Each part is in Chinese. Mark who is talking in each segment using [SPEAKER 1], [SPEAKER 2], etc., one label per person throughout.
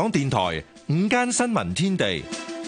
[SPEAKER 1] 港電台午間新聞天地，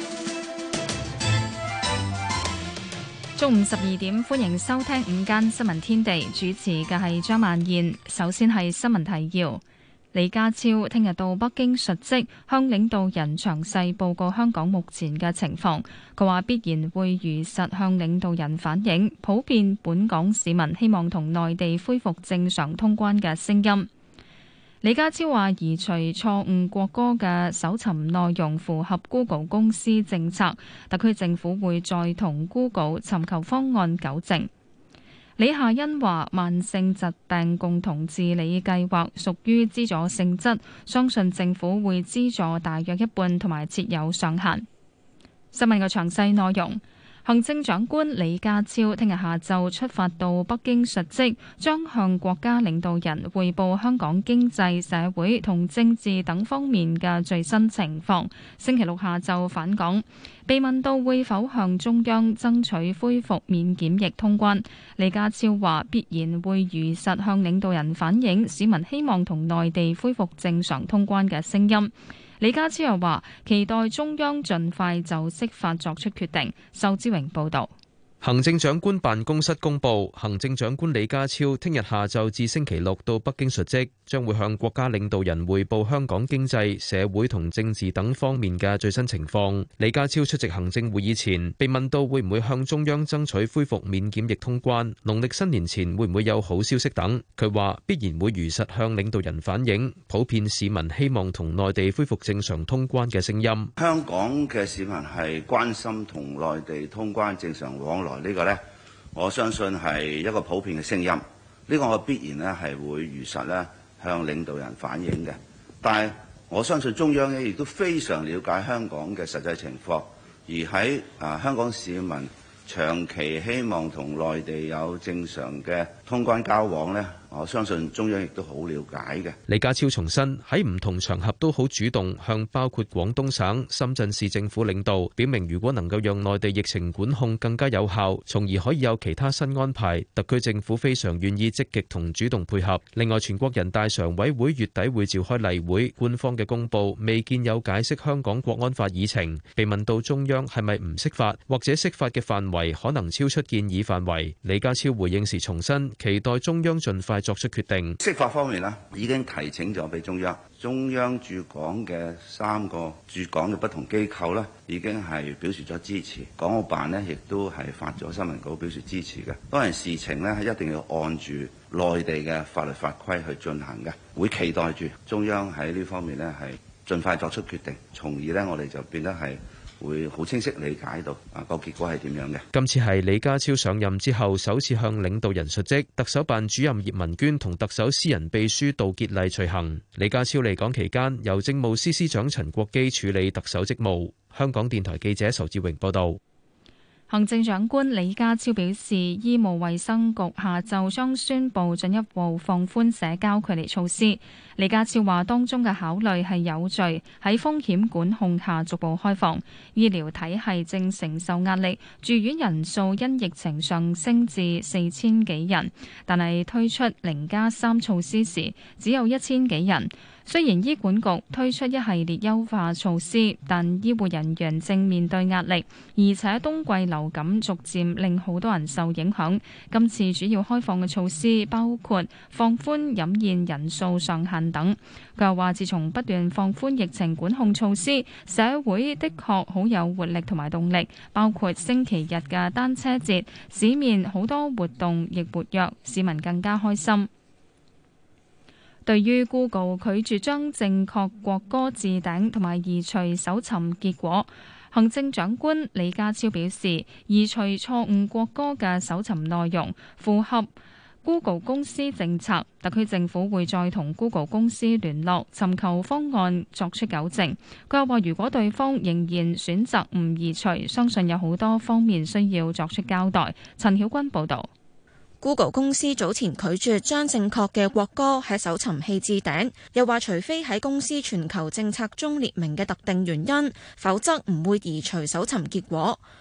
[SPEAKER 2] 中午12點，歡迎收聽午間新聞天地，主持嘅係張曼燕。首先係新聞提要。李家超聽日到北京述職，向領導人詳細報告香港目前嘅情況。佢話必然會如實向領導人反映，普遍本港市民希望同內地恢復正常通關嘅聲音。李家超話移除錯誤國歌嘅搜尋內容符合 Google 公司政策，特區政府會再同 Google 尋求方案糾正。李夏茵話慢性疾病共同治理計劃屬於資助性質，相信政府會資助大約一半，同埋設有上限。新聞嘅詳細內容。行政長官李家超聽日下晝出發到北京述職，將向國家領導人匯報香港經濟、社會同政治等方面嘅最新情況。星期六下晝返港。被問到會否向中央爭取恢復免檢疫通關，李家超話必然會如實向領導人反映市民希望同內地恢復正常通關嘅聲音。李家超又話期待中央盡快就釋法作出決定。仇志榮報導。
[SPEAKER 3] 行政長官辦公室公布，行政長官李家超聽日下晝至星期六到北京述職，將會向國家領導人匯報香港經濟、社會同政治等方面嘅最新情況。李家超出席行政會議前，被問到會唔會向中央爭取恢復免檢疫通關、農曆新年前會唔會有好消息等，佢話必然會如實向領導人反映，普遍市民希望同內地恢復正常通關嘅聲音。
[SPEAKER 4] 香港嘅市民係關心同內地通關正常往來。呢個呢，我相信係一個普遍嘅聲音。呢個我必然呢係會如實呢向領導人反映嘅。但係我相信中央呢亦都非常了解香港嘅實際情況，而喺香港市民長期希望同內地有正常嘅通關交往呢，我相信中央亦都好了解嘅。
[SPEAKER 3] 李家超重申喺唔同場合都好主動向包括廣東省、深圳市政府領導表明，如果能夠讓內地疫情管控更加有效，從而可以有其他新安排，特區政府非常願意積極同主動配合。另外，全國人大常委會月底會召開例會，官方嘅公佈未見有解釋香港國安法議程。被問到中央係咪唔釋法，或者釋法嘅範圍可能超出建議範圍，李家超回應時重申期待中央盡快作出決定。
[SPEAKER 4] 釋法方面呢，已經提請咗俾中央，中央駐港嘅3個駐港嘅不同機構呢，已經係表示咗支持。港澳辦呢，亦都係發咗新聞稿表示支持嘅。當然事情呢，係一定要按住內地嘅法律法規去進行嘅，會期待住中央喺呢方面呢，係盡快作出決定，從而呢，我哋就變得係會好清晰理解到個結果係點樣嘅。
[SPEAKER 3] 今次係李家超上任之後首次向領導人述職，特首辦主任葉文娟同特首私人秘書杜傑麗隨行。李家超離港期間，由政務司司長陳國基處理特首職務。香港電台記者仇志榮報道。
[SPEAKER 2] 行政長官李家超表示，醫務衛生局下晝將宣布進一步放寬社交距離措施。李家超話，當中嘅考慮係有序，喺風險管控下逐步開放。醫療體系正承受壓力，住院人數因疫情上升至4000幾人，但係推出0+3措施時只有1000幾人。雖然醫管局推出一系列優化措施，但醫護人員正面對壓力，而且冬季流感逐漸令好多人受影響。今次主要開放嘅措施包括放寬飲宴人數上限等。佢又話，自從不斷放寬疫情管控措施，社會的確好有活力同埋動力，包括星期日嘅單車節，市面好多活動亦活躍，市民更加開心。對於 Google 拒絕將正確國歌置頂同埋移除搜尋結果，行政長官李家超表示，移除錯誤國歌嘅搜尋內容符合 Google 公司政策，特區政府會再同 Google 公司聯絡，尋求方案作出糾正。佢又話，如果對方仍然選擇唔移除，相信有好多方面需要作出交代。陳曉君報導。
[SPEAKER 5] Google 公司早前拒絕將正確嘅國歌喺搜尋器置頂，又話除非喺公司全球政策中列明嘅特定原因，否則唔會移除搜尋結果。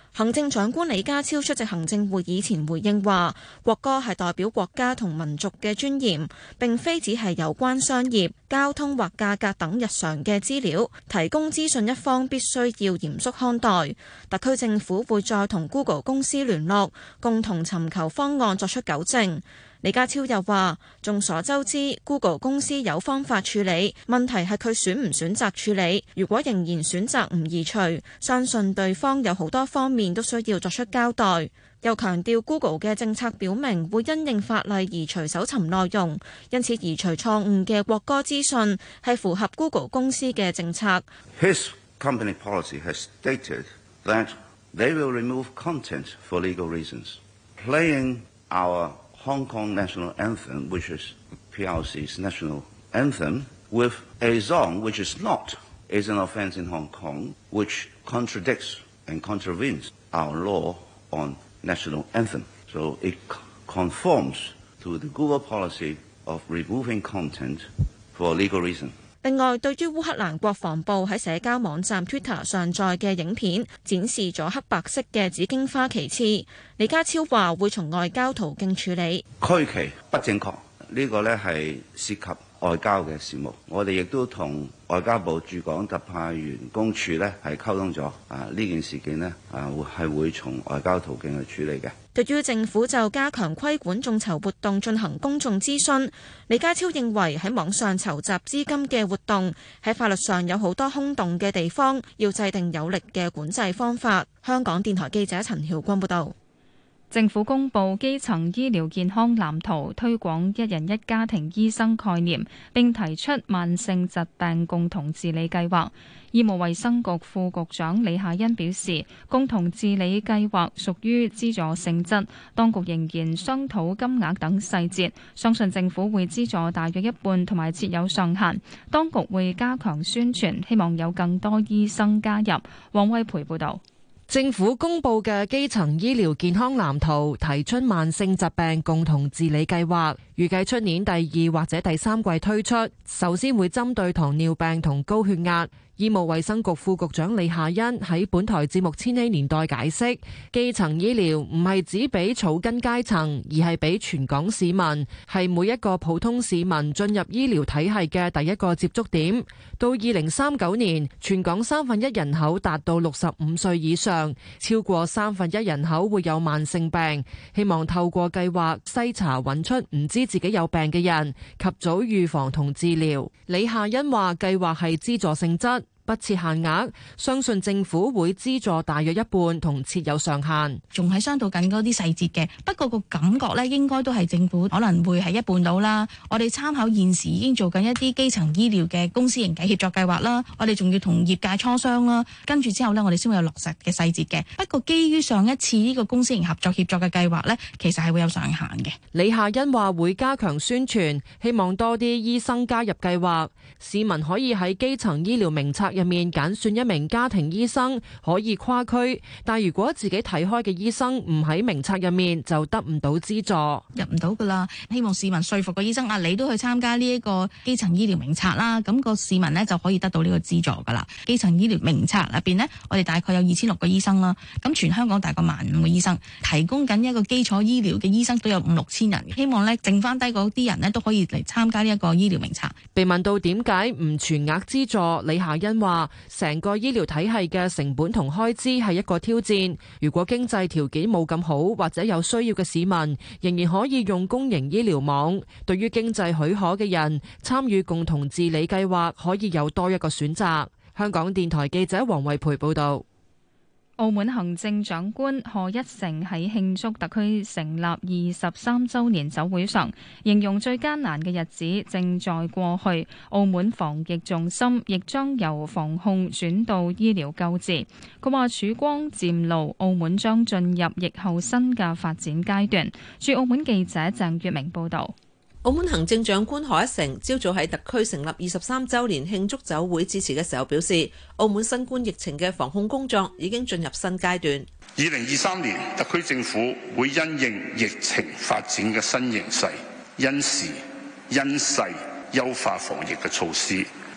[SPEAKER 5] 行政長官李家超出席行政會議前回應話，國歌係代表國家同民族嘅尊嚴，並非只係有關商業、交通或價格等日常嘅資料，提供資訊一方必須要嚴肅看待。特區政府會再同 Google 公司聯絡，共同尋求方案作出糾正。李家超又話，眾所周知 Google 公司有方法處理，問題係佢選唔選擇處理。如果仍然選擇唔移除，相信對方有好多方面都需要作出交代。又強調 Google 嘅政策表明會因應法例移除搜尋內容，因此移除錯誤嘅國歌資訊係符合 Google 公司嘅政策。
[SPEAKER 4] His company policy has stated that they will remove content for legal reasons. Playing our Hong Kong national anthem, which is PRC's national anthem, with a song which is not, is an offence in Hong Kong, which contradicts and contravenes our law on national anthem. So it conforms to the Google policy of removing content for legal reason.
[SPEAKER 5] 另外，對於烏克蘭國防部喺社交網站 Twitter 上載嘅影片，展示咗黑白色嘅紫荊花旗幟，李家超話會從外交途徑處理。
[SPEAKER 4] 區旗不正確，呢個呢係涉及外交嘅事務，我哋亦都同外交部駐港特派員公署呢係溝通咗，呢件事件呢係會從外交途徑去處理嘅。
[SPEAKER 5] 對於政府就加強規管眾籌活動進行公眾諮詢，李家超認為喺網上籌集資金嘅活動喺法律上有好多空洞嘅地方，要制定有力嘅管制方法。香港電台記者陳曉君報導。
[SPEAKER 2] 政府公布基層醫療健康藍圖，推廣一人一家庭醫生概念，並提出慢性疾病共同治理計劃。醫務衛生局副局長李夏茵表示，共同治理計劃屬於資助性質，當局仍然商討金額等細節，相信政府會資助大約一半，同埋設有上限。當局會加強宣傳，希望有更多醫生加入。黃威培報導。
[SPEAKER 6] 政府公布嘅基層醫療健康藍圖提出慢性疾病共同治理計劃，預計出年第2或者第3季推出，首先會針對糖尿病同高血壓。醫務衛生局副局長李夏茵喺本台節目《千禧年代》解釋，基層醫療唔係只俾草根階層，而係俾全港市民，係每一個普通市民進入醫療體系嘅第一個接觸點。到2039年，全港1/3人口達到65歲以上，超過1/3人口會有慢性病。希望透過計劃篩查揾出唔知自己有病嘅人，及早預防同治療。李夏茵話計劃係資助性質，不設限額，相信政府會資助大約一半，同設有上限。
[SPEAKER 7] 仲係商討緊嗰啲細節嘅，不過個感覺咧應該都係政府可能會係一半到啦。我哋參考現時已經做緊一啲基層醫療嘅公私營協作計劃啦，我哋仲要同業界磋商啦，跟住之後呢，我哋先會有落實嘅細節嘅。不過基於上一次呢個公私營協作嘅計劃呢，其實係會有上限嘅。
[SPEAKER 6] 李夏茵話會加強宣傳，希望多啲醫生加入計劃，市民可以喺基層醫療名冊入面揀選一名家庭醫生，可以跨區，但如果自己睇開嘅醫生唔喺名冊入面，就得唔到資助，
[SPEAKER 7] 入唔到噶啦。希望市民說服個醫生啊，你都去參加呢一個基層醫療名冊啦，咁個市民呢就可以得到呢個資助噶啦。基層醫療名冊入邊呢，我哋大概有2600個醫生啦，咁全香港大概15000個醫生，提供緊一個基礎醫療嘅醫生都有5、6千人，希望呢剩翻低嗰啲人呢都可以嚟參加呢一個醫療名冊。
[SPEAKER 6] 被問到點解唔全額資助，李夏茵話成個醫療體系嘅成本同開支係一個挑戰，如果經濟條件冇咁好或者有需要嘅市民，仍然可以用公營醫療網。對於經濟許可嘅人，參與共同治理計劃可以有多一個選擇。香港電台記者黃慧培報道。
[SPEAKER 2] 澳門行政長官賀一誠喺慶祝特區成立23週年酒會上，形容最艱難嘅日子正在過去，澳門防疫重心亦將由防控轉到醫療救治。佢話曙光漸露，澳門將進入疫後新嘅發展階段。駐澳門記者鄭月明報導。
[SPEAKER 8] 澳門行政長官賀一誠朝早喺特區成立23週年慶祝酒會致辭嘅時候表示，澳門新冠疫情嘅防控工作已經進入新階段。
[SPEAKER 9] 2023年，特區政府會因應疫情發展嘅新形勢，因時因勢優化防疫嘅措施，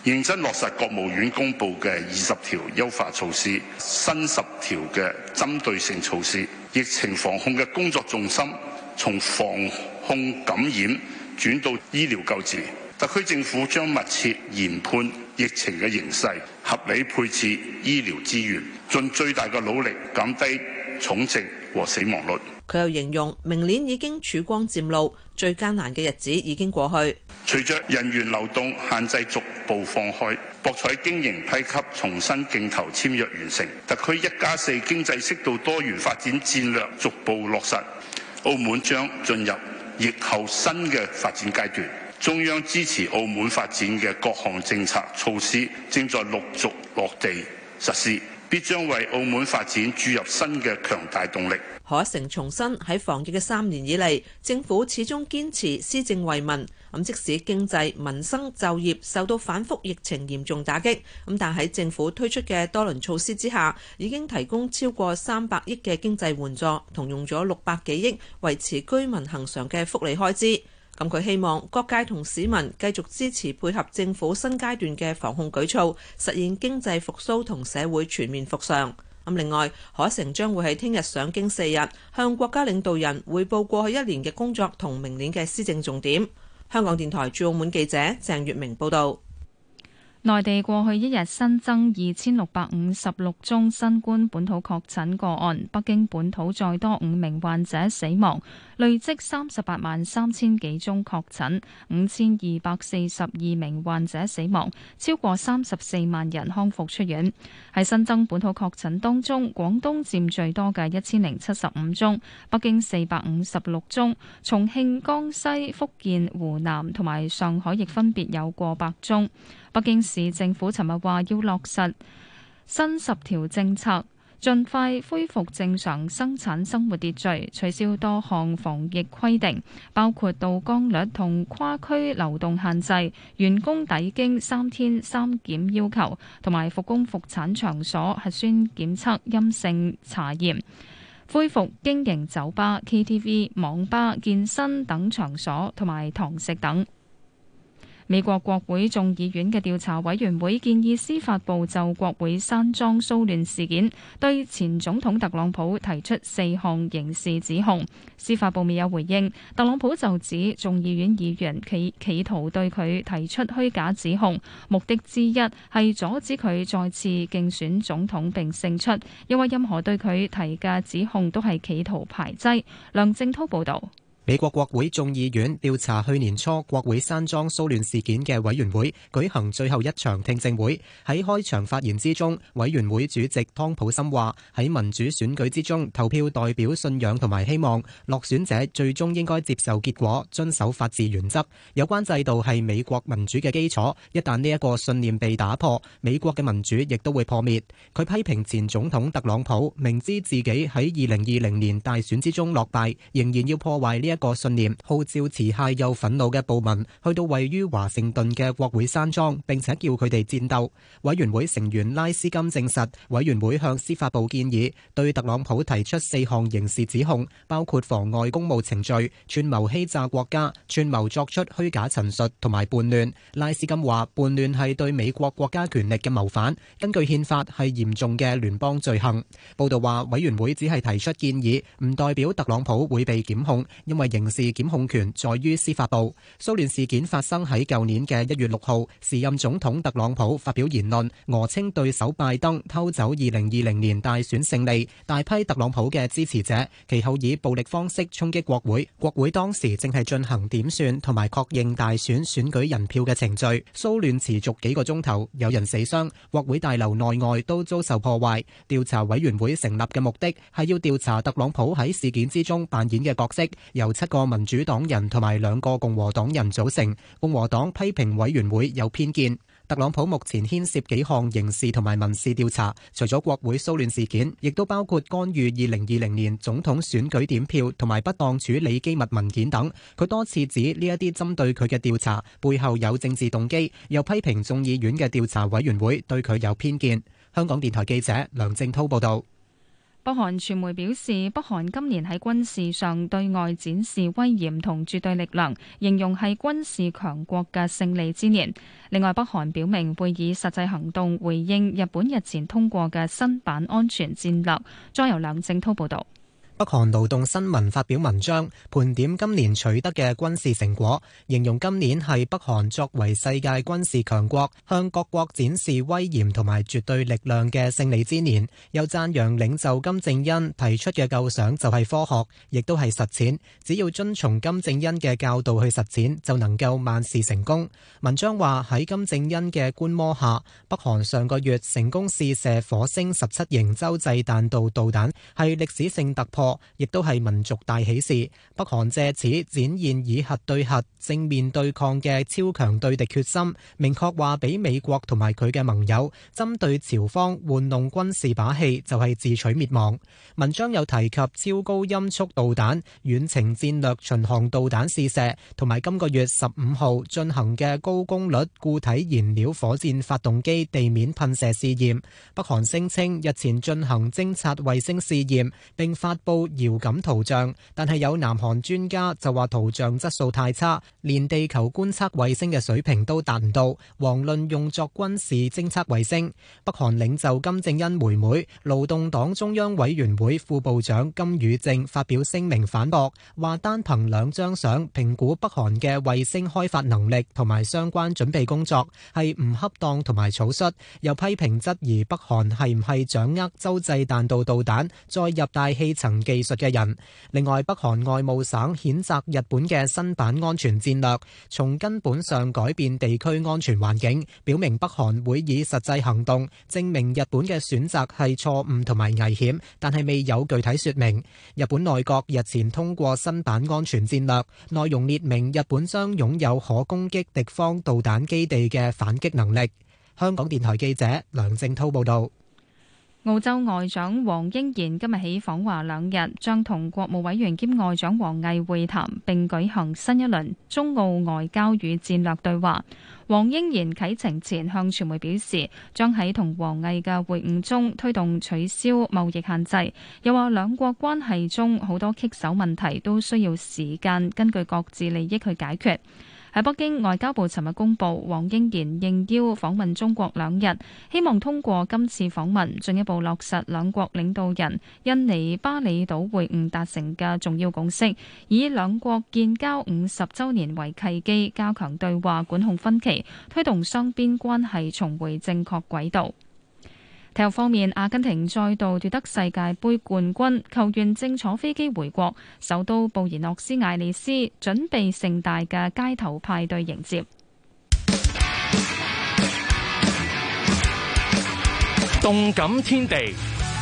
[SPEAKER 9] 認真落實國務院公布嘅20條優化措施，新10條嘅針對性措施。疫情防控嘅工作重心從防控感染轉到醫療救治。特區政府將密切研判疫情嘅形勢，合理配置醫療資源，盡最大嘅努力減低重症和死亡率。
[SPEAKER 8] 佢又形容明年已經曙光漸露，最艱難嘅日子已經過去。
[SPEAKER 9] 隨着人員流動限制逐步放開，博彩經營批給重新競投簽約完成，特區1+4經濟適度多元發展戰略逐步落實，澳門將進入疫後新嘅發展階段。中央支持澳門發展嘅各項政策措施正在陸續落地實施，必將為澳門發展注入新嘅強大動力。
[SPEAKER 8] 賀一誠重申喺防疫嘅3年以嚟，政府始終堅持施政為民。咁即使經濟、民生、就業受到反覆疫情嚴重打擊，咁但喺政府推出嘅多輪措施之下，已經提供超過300億嘅經濟援助，同用咗600幾億維持居民恆常嘅福利開支。咁佢希望各界同市民繼續支持配合政府新階段嘅防控舉措，實現經濟復甦同社會全面復常。咁另外，賀一誠將會喺聽日上京4日，向國家領導人匯報過去1年嘅工作同明年嘅施政重點。香港電台駐澳門記者鄭月明報導。
[SPEAKER 2] 內地過去一日新增2656宗新冠本土確診個案，北京本土再多5名患者死亡，累積38萬3000幾宗確診，5242名患者死亡，超過34萬人康復出院。喺新增本土確診當中，廣東佔最多嘅1075宗，北京456宗，重慶、江西、福建、湖南同埋上海亦分別有過百宗。北京市政府尋日話要落實新10條政策，盡快恢復正常生產生活秩序，取消多項防疫規定，包括到崗率同跨區流動限制、員工抵京3天3檢要求，同埋復工復產場所核酸檢測陰性查驗，恢復經營酒吧、KTV、網吧、健身等場所同埋堂食等。美國國會眾議院嘅調查委員會建議司法部就國會山莊騷亂事件對前總統特朗普提出4項刑事指控。司法部未有回應。特朗普就指眾議院議員企圖對佢提出虛假指控，目的之一係阻止佢再次競選總統並勝出，又話任何對佢提嘅指控都係企圖排擠。梁正滔報導。
[SPEAKER 10] 美國國會眾議院調查去年初國會山莊騷亂事件嘅委員會舉行最後一場聽證會。喺開場發言之中，委員會主席湯普森話：喺民主選舉之中，投票代表信仰同埋希望，落選者最終應該接受結果，遵守法治原則。有關制度係美國民主嘅基礎，一旦呢一個信念被打破，美國嘅民主亦都會破滅。佢批評前總統特朗普明知自己喺2020年大選之中落敗，仍然要破壞呢一個信念，號召持械又憤怒嘅暴民去到位於華盛頓嘅國會山莊，並且叫佢哋戰鬥。委員會成員拉斯金證實，委員會向司法部建議對特朗普提出4項刑事指控，包括妨礙公務程序、串謀欺詐國家、串謀作出虛假陳述同埋叛亂。拉斯金話，叛亂係對美國國家權力嘅謀反，根據憲法係嚴重嘅聯邦罪行。報道話，委員會只係提出建議，唔代表特朗普會被檢控，因為刑事檢控權在於司法部。騷亂事件發生喺舊年嘅1月6號，時任總統特朗普發表言論，訛稱對手拜登偷走2020年大選勝利。大批特朗普嘅支持者其後以暴力方式衝擊國會，國會當時正係進行點算同埋確認大選選舉人票嘅程序。騷亂持續幾個鐘頭，有人死傷，國會大樓內外都遭受破壞。調查委員會成立嘅目的係要調查特朗普喺事件之中扮演嘅角色，由7個民主黨人同埋2個共和黨人組成。共和黨批評委員會有偏見。特朗普目前牽涉幾項刑事同埋民事調查，除咗國會騷亂事件，亦都包括干預2020年總統選舉點票同埋不當處理機密文件等。佢多次指呢一啲針對佢嘅調查背後有政治動機，又批評眾議院嘅調查委員會對佢有偏見。香港電台記者梁正滔報導。
[SPEAKER 2] 北韓傳媒表示，北韓今年喺軍事上對外展示威嚴同絕對力量，形容係軍事強國嘅勝利之年。另外，北韓表明會以實際行動回應日本日前通過嘅新版安全戰略。再由梁正滔報導。
[SPEAKER 10] 北韓勞動新聞發表文章，盤點今年取得嘅軍事成果，形容今年係北韓作為世界軍事強國，向各國展示威嚴同埋絕對力量嘅勝利之年。又讚揚領袖金正恩提出嘅構想就係科學，亦都係實踐，只要遵從金正恩嘅教導去實踐，就能夠萬事成功。文章話喺金正恩嘅觀摩下，北韓上個月成功試射火星17型洲際彈道導彈，係歷史性突破，亦都係民族大喜事。北韓借此展現以核對核正面對抗嘅超強對敵決心，明確話俾美國同埋佢嘅盟友，針對朝方玩弄軍事把戲就係自取滅亡。文章有提及超高音速導彈、遠程戰略巡航導彈試射，同埋今個月15號進行嘅高功率固體燃料火箭發動機地面噴射試驗。北韓聲稱日前進行偵察衛星試驗，並發布遙感圖像，但係有南韓專家就話圖像質素太差，連地球觀測衛星嘅水平都達唔到，遑論用作軍事偵測衛星。北韓領袖金正恩妹妹、勞動黨中央委員會副部長金與正發表聲明反駁，話單憑2張相評估北韓嘅衛星開發能力同埋相關準備工作係唔恰當同埋草率，又批評質疑北韓係唔係掌握洲際彈道導彈再入大氣層技術嘅人。另外，北韓外務省譴責日本嘅新版安全戰略，從根本上改變地區安全環境，表明北韓會以實際行動證明日本嘅選擇係錯誤同埋危險，但係未有具體說明。日本內閣日前通過新版安全戰略，內容列明日本將擁有可攻擊敵方導彈基地嘅反擊能力。香港電台記者梁正滔報導。
[SPEAKER 2] 澳洲外長黃英賢今日起訪華2日，將同國務委員兼外長王毅會談，並舉行新一輪中澳外交與戰略對話。黃英賢啟程前向傳媒表示，將喺同王毅嘅會晤中推動取消貿易限制，又話兩國關係中好多棘手問題都需要時間根據各自利益去解決。喺北京，外交部尋日公布，黃英賢應邀訪問中國2日，希望通過今次訪問進一步落實兩國領導人印尼巴厘島會晤達成嘅重要共識，以兩國建交50週年為契機，加強對話，管控分歧，推動雙邊關係重回正確軌道。體育方面，阿根廷再度奪得世界盃冠軍，球員正坐飛機回國，首都布宜諾斯艾利斯準備盛大嘅街頭派對迎接。
[SPEAKER 1] 動感天地。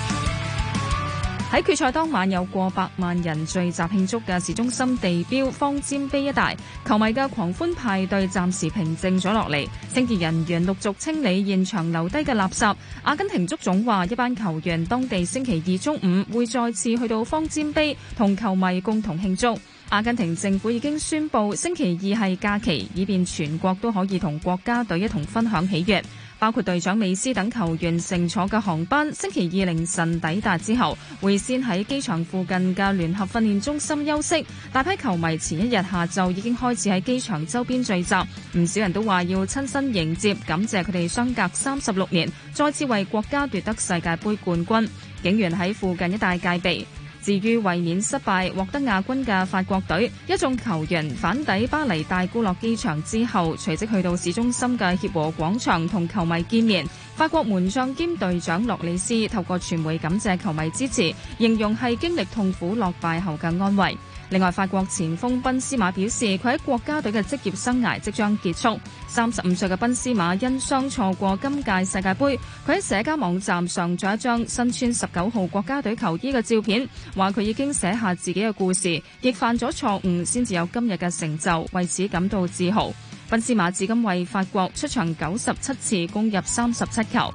[SPEAKER 2] 喺決賽當晚有過百萬人聚集慶祝嘅市中心地標方尖碑一帶，球迷嘅狂歡派對暫時平靜咗落嚟，清潔人員陸續清理現場留低嘅垃圾。阿根廷足總話，一班球員當地星期2中午會再次去到方尖碑同球迷共同慶祝。阿根廷政府已經宣布星期2係假期，以便全國都可以同國家隊一同分享喜悅。包括隊長美斯等球員乘坐嘅航班，星期2凌晨抵達之後，會先喺機場附近嘅聯合訓練中心休息。大批球迷前一日下晝已經開始喺機場周邊聚集，唔少人都話要親身迎接，感謝佢哋相隔36年再次為國家奪得世界盃冠軍。警員喺附近一帶戒備。至於衛冕失敗獲得亞軍嘅法國隊，一眾球員返抵巴黎戴高樂機場之後，隨即去到市中心嘅協和廣場同球迷見面。法國門將兼隊長洛里斯透過傳媒感謝球迷支持，形容係經歷痛苦落敗後嘅安慰。另外，法國前鋒賓斯馬表示，佢喺國家隊嘅職業生涯即將結束。35歲嘅賓斯馬因傷錯過今屆世界盃，佢喺社交網站上咗一張身穿19號國家隊球衣嘅照片，話佢已經寫下自己嘅故事，亦犯咗錯誤先至有今日嘅成就，為此感到自豪。賓斯馬至今為法國出場97次，攻入37球。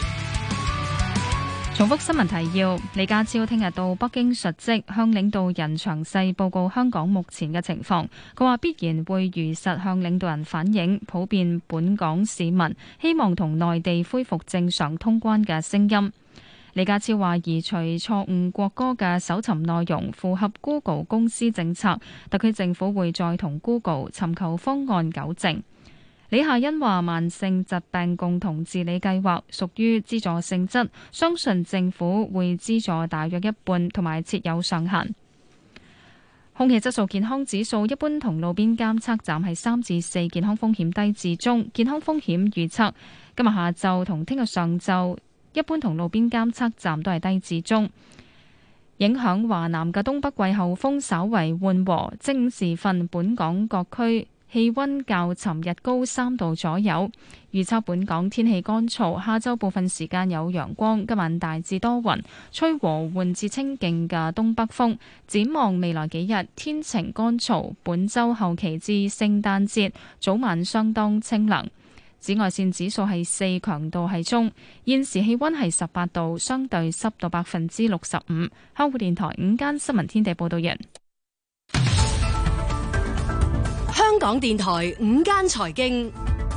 [SPEAKER 2] 重複新聞提要：李家超聽日到北京述職，向領導人詳細報告香港目前嘅情況。佢話必然會如實向領導人反映普遍本港市民希望同內地恢復正常通關嘅聲音。 李家超話移除錯誤國歌嘅搜尋內容符合 Google 公司政策，特區政府會再同 Google 尋求方案糾正。李夏茵話慢性疾病共同治理計劃屬於資助性質，相信政府會資助大約一半，同埋設有上限。空氣質素健康指數一般同路邊監測站係3至4，健康風險低至中。健康風險預測今日下晝同聽日上晝一般同路邊監測站都係低至中。影響華南嘅東北季候風稍為緩和，正午時分本港各區氣溫較尋日高3度左右。預測本港天氣乾燥，下晝部分時間有陽光，今晚大致多雲，吹和緩至清勁嘅東北風。展望未來幾日天晴乾燥，本週後期至聖誕節早晚相當清涼。紫外線指數係4，強度係中。現時氣溫係18度，相對濕度65%。香港電台午間新聞天地報道完。
[SPEAKER 11] 香港電台午間財經，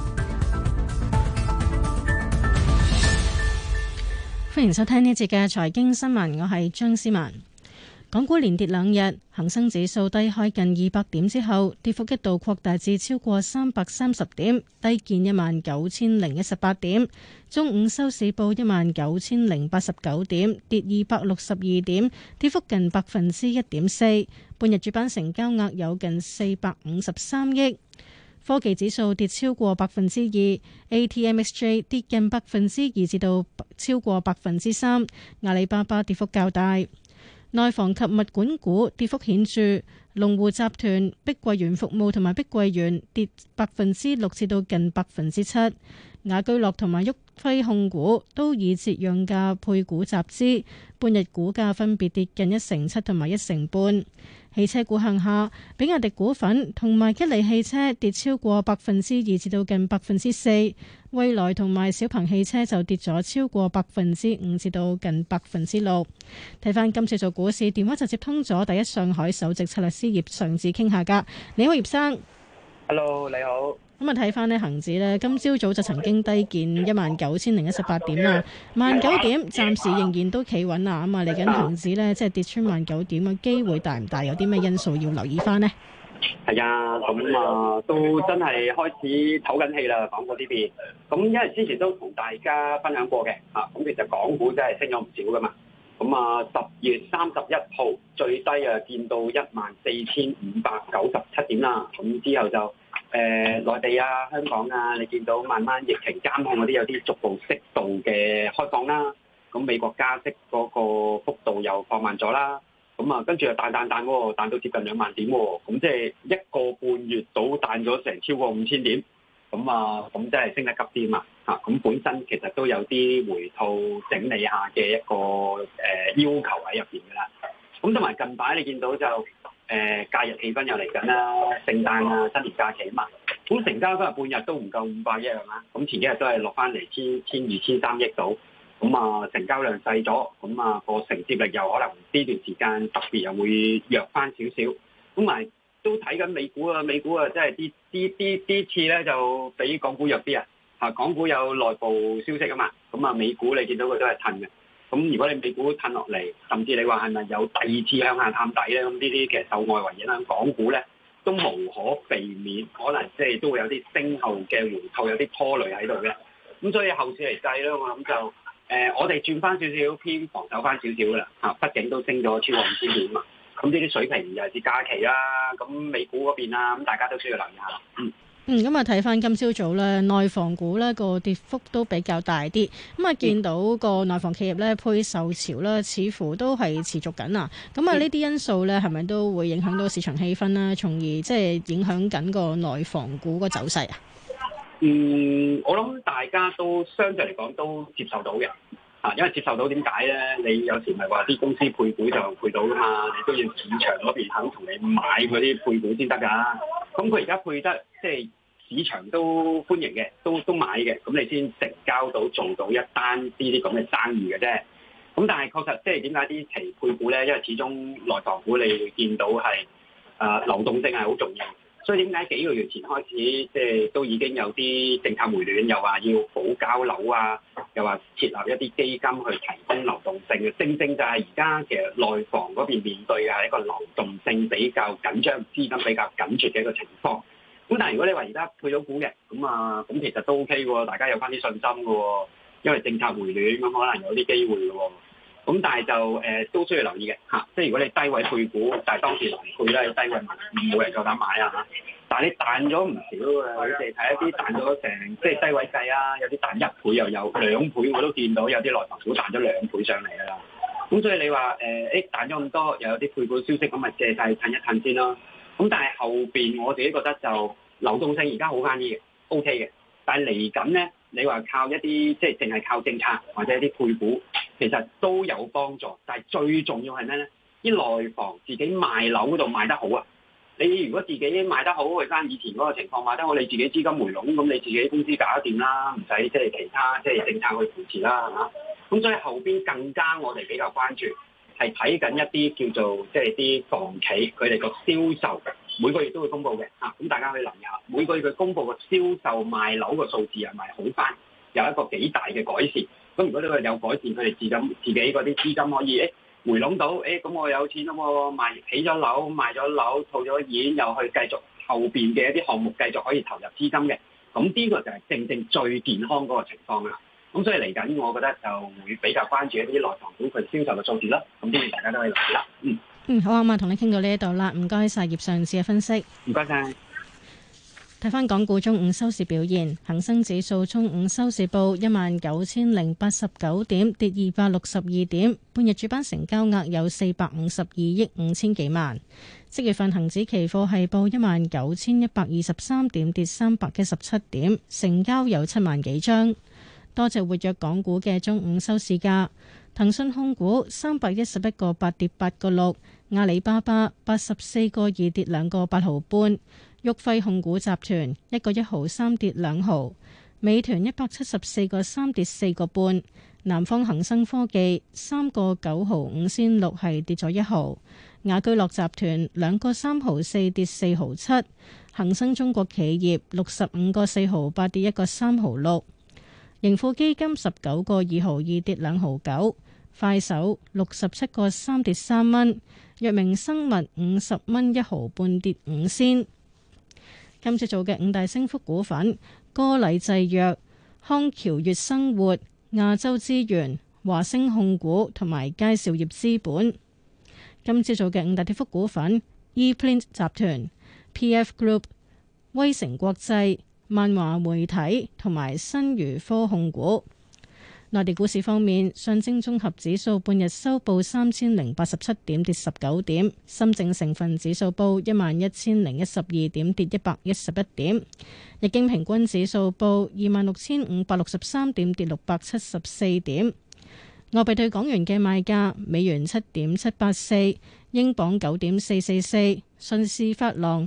[SPEAKER 12] 歡迎收聽呢一節嘅財經新聞，我係張思文。港股連跌2日，恒生指數低開近200點之後，跌幅一度擴大至超過330點，低見19,018點。中午收市報19,089點，跌262點，跌幅近1.4%。半日主板成交額有近453億。科技指數跌超過2%，ATMXJ 跌近2%至到超過3%。阿里巴巴跌幅較大。內房及物管股跌幅顯著，龍湖集團、碧桂園服務同埋碧桂園跌6%至到近7%。雅居樂同埋旭輝控股都以折讓價配股集資，半日股價分別跌近1.7%同埋1.5%。汽車股向下，比亞迪股份同埋吉利汽車跌超過2%至到近4%，蔚來同埋小鵬汽車就跌咗超過5%至到近6%。睇翻今次做股市，電話就接通咗第一上海首席策略師葉尚志傾下㗎。你好，葉生。
[SPEAKER 13] Hello， 你好。
[SPEAKER 12] 咁啊，睇翻呢恒指呢，今朝早就曾經低見19,018點啦，19,000點暫時仍然都企穩啦。咁啊，嚟緊恒指呢，即係跌穿19,000點嘅機會大唔大？有啲咩因素要留意翻呢？
[SPEAKER 13] 係啊，咁啊都真係開始唞緊氣啦，港股呢邊。咁因為之前都同大家分享過嘅，咁其實港股真係升咗唔少噶嘛。咁啊，10月31號最低啊見到14,597點啦，咁之後就內地啊、香港啊，你見到慢慢疫情監控嗰啲有啲逐步適度嘅開放啦。咁美國加息嗰個幅度又放慢咗啦。咁啊，跟住又彈喎，彈到接近2萬點喎。咁即係1個半月到彈咗成超過5,000點。咁啊，咁真係升得急啲嘛。咁本身其實都有啲回吐整理下嘅一個要求喺入邊㗎啦。咁同埋近排你見到就假日氣氛又嚟緊啦，聖誕啊、新年假期啊嘛，咁成交今日半日都唔夠500億啦，咁前幾日都係落翻嚟1,200-1,300億度，咁啊成交量細咗，咁啊個承接力又可能呢段時間特別又會弱翻少少，咁埋都睇緊美股啊，即係啲次咧就比港股弱啲啊，港股有內部消息啊嘛，咁啊美股你見到佢都係褪嘅。咁如果你美股褪落嚟，甚至你話係咪有第2次向下探底咧？咁呢啲其實受外圍影響，港股咧都無可避免，可能即係都會有啲升後嘅回吐，有啲拖累喺度嘅。咁所以後市嚟計咧，我諗就我哋轉翻少少偏防守翻少少噶啦嚇，畢竟都升咗超過5,000點嘛。咁呢啲水平又係啲假期啦，咁美股嗰邊啊，咁大家都需要留意下咯。
[SPEAKER 12] 咁啊睇翻今朝早咧，內房股咧個跌幅都比較大啲。咁啊見到個內房企業咧配售潮咧，似乎都係持續緊啊。咁啊呢啲因素咧係咪都會影響到市場氣氛啦？從而即係影響緊個內房股個走勢啊？
[SPEAKER 13] 我諗大家都相對嚟講都接受到嘅。因為接受到點解咧？你有時唔係話啲公司配股就配到噶嘛，你都要市場嗰邊肯同你買嗰啲配股先得㗎。咁佢而家配得即係市場都歡迎嘅，都買嘅，咁你先成交到做到一單呢啲咁嘅生意嘅啫。咁但係確實即係點解啲期配股咧？因為始終內房股你會見到係流動性係好重要。 所以點解幾個月前開始即係都已經有啲政策回暖，又話要保交樓啊，又話設立一啲基金去提供流動性嘅，正就係而家其實內房嗰邊面對嘅係一個流動性比較緊張、資金比較緊絀嘅一個情況。咁但係如果你話而家配咗股嘅，咁其實都 OK 喎，大家有翻啲信心嘅喎，因為政策回暖咁可能有啲機會嘅喎。咁但係就都需要留意嘅嚇，即係如果你低位配股，但係當時難配咧，低位冇人夠膽買啊嚇。但係你彈咗唔少啊，你哋睇一啲彈咗成即係低位計啊，有啲彈1倍又有2倍，我都見到有啲內房股彈咗2倍上嚟㗎啦。咁所以你話彈咗咁多，又有啲配股消息，咁咪借勢褪一褪先咯。咁但係後邊我自己覺得就流動性而家好翻啲嘅 ，OK 嘅。但係嚟緊咧，你話靠一啲即係淨係靠政策或者一啲配股，其實都有幫助。但係最重要係咩咧？啲內房自己賣樓嗰度賣得好啊！你如果自己賣得好，去翻以前嗰個情況賣得好，你自己資金回籠，咁你自己公司搞得掂啦，唔使即係其他即係政策去扶持啦，係嘛？咁所以後邊更加我哋比較關注係睇緊一啲叫做即係啲房企佢哋個銷售。每個月都會公布嘅嚇，咁大家可以留意下，每個月佢公布個銷售賣樓個數字係咪好翻，有一個幾大嘅改善。咁如果呢個有改善，佢哋自己嗰啲資金可以回籠到，咁我有錢啦喎，起咗樓賣咗樓套咗現，又去繼續後邊嘅一啲項目繼續可以投入資金嘅，咁呢個就係正最健康嗰個情況啦。咁所以嚟緊，我覺得就會比較關注一啲內房股佢銷售嘅數字啦。咁呢啲大家都可以留意啦。
[SPEAKER 12] 好啊，同你傾到呢一度啦，唔該晒葉尚志嘅分析。
[SPEAKER 13] 唔該晒。
[SPEAKER 12] 睇翻港股中午收市表現，恒生指數中午收市報19,089點，跌262點。半日主板成交額有452億5千幾萬。即月份恒指期貨係報19,123點，跌317點，成交有7萬幾張。多隻活躍港股嘅中午收市價。騰訊控股311個8跌8個6，阿里巴巴84個2跌2個8毫半，旭輝控股集團1個1毫3跌2毫，美團174個3跌4個半，南方恒生科技3個9毫5仙6係跌咗1毫，雅居樂集團2個3毫4跌4毫7，恒生中國企業65個4毫8跌1個3毫6。盈富基金19個2毫2跌2毫9，快手67個3跌3蚊，藥明生物50蚊1毫半跌5仙。今次做嘅5大升幅股份：歌禮製藥、康橋悅生活、亞洲資源、華星控股同埋佳兆業資本。今次做嘅5大跌幅股份：ePlint 集團、PF Group、威城國際、萬華媒體同埋新余科控股。內地股市方面，上證綜合指數半日收報3087點，跌19點；深證成分指數報11012點，跌111點；日經平均指數報26563點，跌674點。外幣對港元嘅賣價：美元7.784，英鎊9.444，瑞士法郎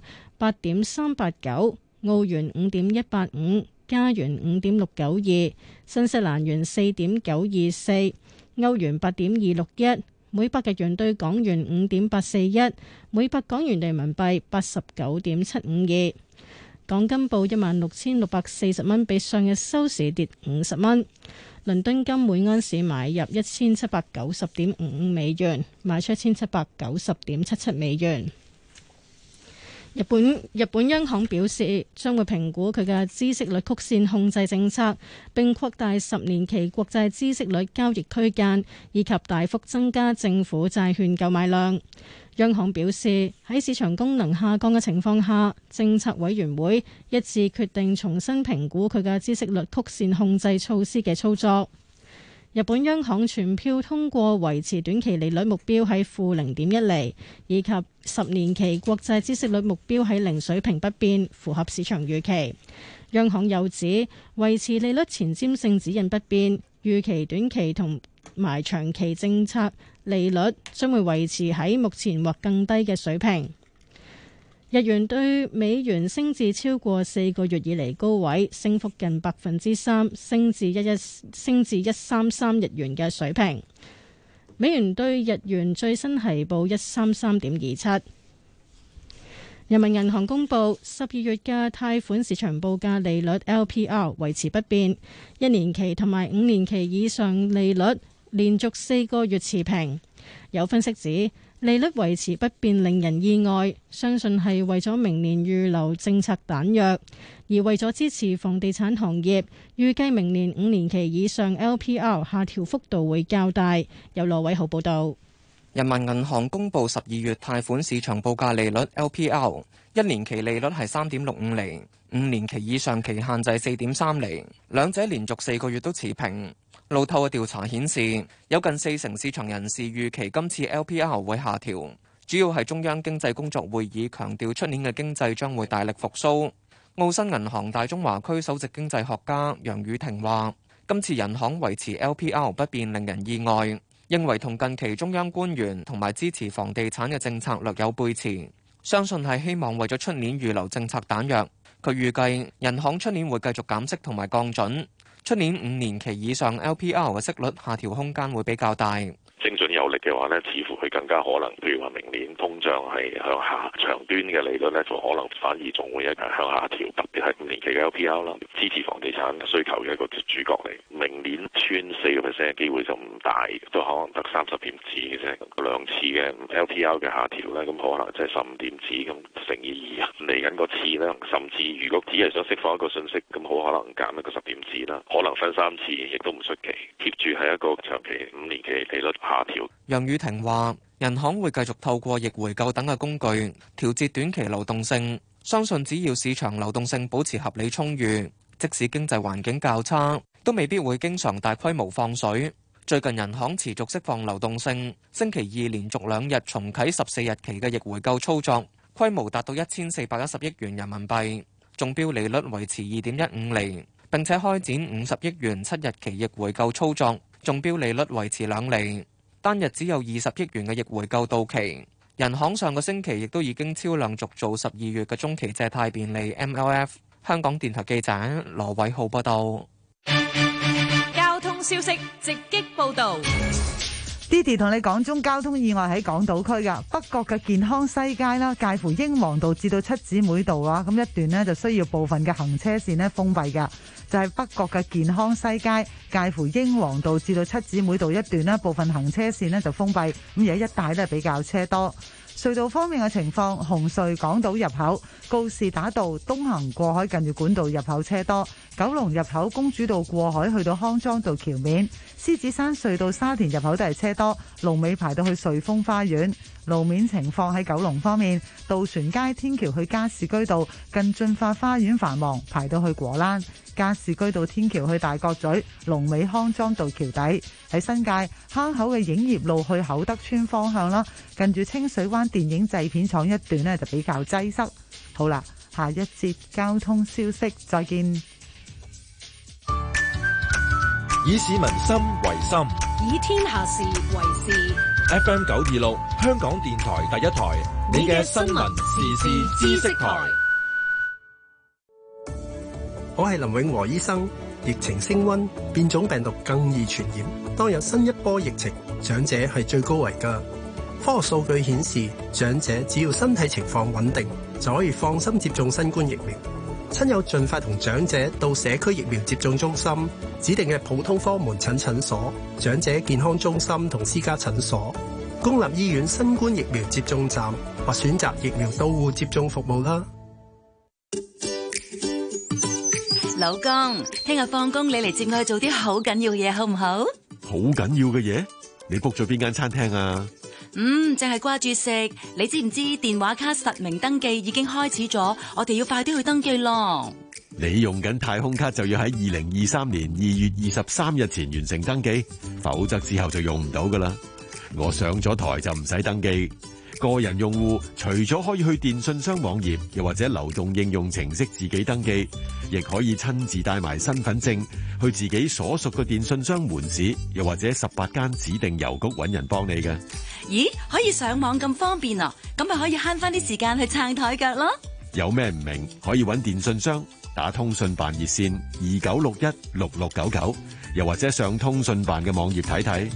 [SPEAKER 12] 8.389。澳元5.185，加元5.692，新西蘭元4.924，歐元8.261，每百日元對港元5.841，每百港元人民幣89.752。港金報16,640蚊，比上日收市跌50蚊。倫敦金每安士買入1790.55美元，賣出1790.77美元。日本央行表示將會評估佢嘅孳息率曲線控制政策，並擴大10年期國債孳息率交易區間，以及大幅增加政府債券購買量。央行表示喺市場功能下降嘅情況下，政策委員會一致決定重新評估佢嘅孳息率曲線控制措施嘅操作。日本央行全票通過維持短期利率目標喺-0.1厘，以及10年期國債孳息率目標喺0水平不變，符合市場預期。央行又指維持利率前瞻性指引不變，預期短期同埋長期政策利率將會維持喺目前或更低嘅水平。日元對美元升至超過4個月以嚟高位，升幅近3%，升至133日元嘅水平。美元對日元最新係報133.27。 人民銀行公布12月嘅貸款市場報價利率 LPR 維持不變，1年期同埋5年期以上利率連續4個月持平。有分析指，利率維持不變令人意外，相信係為咗明年預留政策彈藥，而為咗支持房地產行業，預計明年5年期以上 LPR 下調幅度會較大。有羅偉豪報導。
[SPEAKER 14] 人民銀行公布12月貸款市場報價利率 LPR， 1年期利率係 3.65 厘，5年期以上期限制 4.3 厘，兩者連續4個月都持平。路透嘅調查顯示，有近40%市場人士預期今次 LPR 會下調，主要係中央經濟工作會議強調出年嘅經濟將會大力復甦。澳新銀行大中華區首席經濟學家楊宇霆話，今次人行維持 LPR 不變令人意外，認為同近期中央官員同埋支持房地產嘅政策略有背馳，相信係希望為咗出年預留政策彈藥。佢預計人行出年會繼續減息同埋降準，出年5年期以上 LPR 嘅息率下調空間會比較大。
[SPEAKER 15] 精準有力嘅話呢，似乎佢更加可能，譬如話明年通脹係向下，長端嘅利率呢，就可能反而仲會向下調，特別係5年期嘅 LPR 啦，支持房地產需求嘅一個主角嚟。明年穿4%嘅機會就唔大，都可能得30點子嘅啫。兩次嘅 LPR 嘅下調呢，咁可能即係15點子咁乘以2，嚟緊個次呢，甚至如果只係想釋放一個信息，咁好可能減一個10點子啦，可能分3次，亦都唔出奇。貼住係一個長期5年期利率下調。
[SPEAKER 14] 楊宇霆話，人行會繼續透過逆回購等嘅工具調節短期流動性，相信只要市場流動性保持合理充裕，即使經濟環境較差，都未必會經常大規模放水。最近人行持續釋放流動性，星期二連續2日重啟14日期嘅逆回購操作，規模達到1410億元人民幣，中標利率維持2.15厘，並且開展50億元7日期逆回購操作，中標利率維持2厘。單日只有20億元嘅逆回購到期。人行上個星期亦都已經超量續做12月嘅中期借貸便利 MLF。香港電台記者羅偉浩報道。
[SPEAKER 11] 交通消息直擊報道。
[SPEAKER 16] Didi 同你講中交通意外喺港島區噶北角嘅健康西街啦，介乎英皇道至到七姊妹道啊，咁一段呢就需要部分嘅行車線呢封閉噶，就係北角嘅健康西街介乎英皇道至到七姊妹道一段呢，部分行車線呢就封閉，咁而家一帶呢比較車多。隧道方面嘅情況，紅隧港島入口告士打道東行過海近住管道入口車多，九龍入口公主道過海去到康莊道橋面，獅子山隧道沙田入口都係車多，龍尾排到去瑞豐花園。路面情況喺九龍方面，渡船街天橋去加士居道近駿發花園繁忙，排到去果欄；加士居道天橋去大角咀龍尾康莊道橋底。喺新界坑口嘅影業路去厚德村方向啦，近住清水灣電影製片廠一段呢就比較擠塞。好啦，下一節交通消息再見。
[SPEAKER 17] 以市民心為心，
[SPEAKER 11] 以天下事為事。
[SPEAKER 17] FM 926香港電台第一台，你嘅新聞時事知識台。
[SPEAKER 18] 我係林永和醫生。疫情升溫，變種病毒更易傳染。當有新一波疫情，長者係最高危㗎。科學數據顯示，長者只要身體情況穩定，就可以放心接種新冠疫苗。親友盡快同長者到社區疫苗接種中心、指定嘅普通科門診診所、長者健康中心同私家診所、公立醫院新冠疫苗接種站或選擇疫苗到戶接種服務啦。
[SPEAKER 19] 老公，聽日放工你嚟接我去做啲好緊要嘅嘢，好唔好？
[SPEAKER 20] 好緊要嘅嘢？你 book 咗邊間餐廳啊？
[SPEAKER 19] 淨係掛住食。你知唔知電話卡實名登記已經開始咗？我哋要快啲去登記咯。
[SPEAKER 20] 你用緊太空卡就要喺2023年2月23日前完成登記，否則之後就用唔到噶啦。我上咗台就唔使登記。個人用戶除咗可以去電信商網頁，又或者流動應用程式自己登記，亦可以親自帶埋身份證去自己所屬嘅電信商門市，又或者18間指定郵局揾人幫你嘅。
[SPEAKER 19] 咦，可以上網咁方便啊？咁咪可以慳翻啲時間去撐台腳咯。
[SPEAKER 20] 有咩唔明可以揾電信商打通訊辦熱線29616699，又或者上通訊辦嘅網頁睇睇。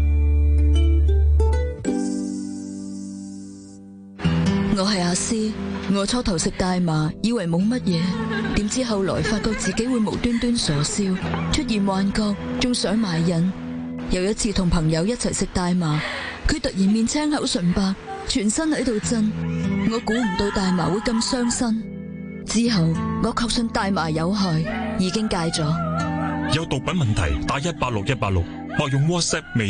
[SPEAKER 21] 我係阿詩， 我初頭食大麻，以為冇乜嘢，點知後來發覺自己會無端端傻笑，出現幻覺，仲上埋癮。有一次同朋友一齊食大麻，佢突然面青口唇白，全身喺度震。我估唔到大麻會咁傷身。之後我確信大麻有害，已經戒咗。
[SPEAKER 22] 有毒品問題打186-186，或用 WhatsApp 微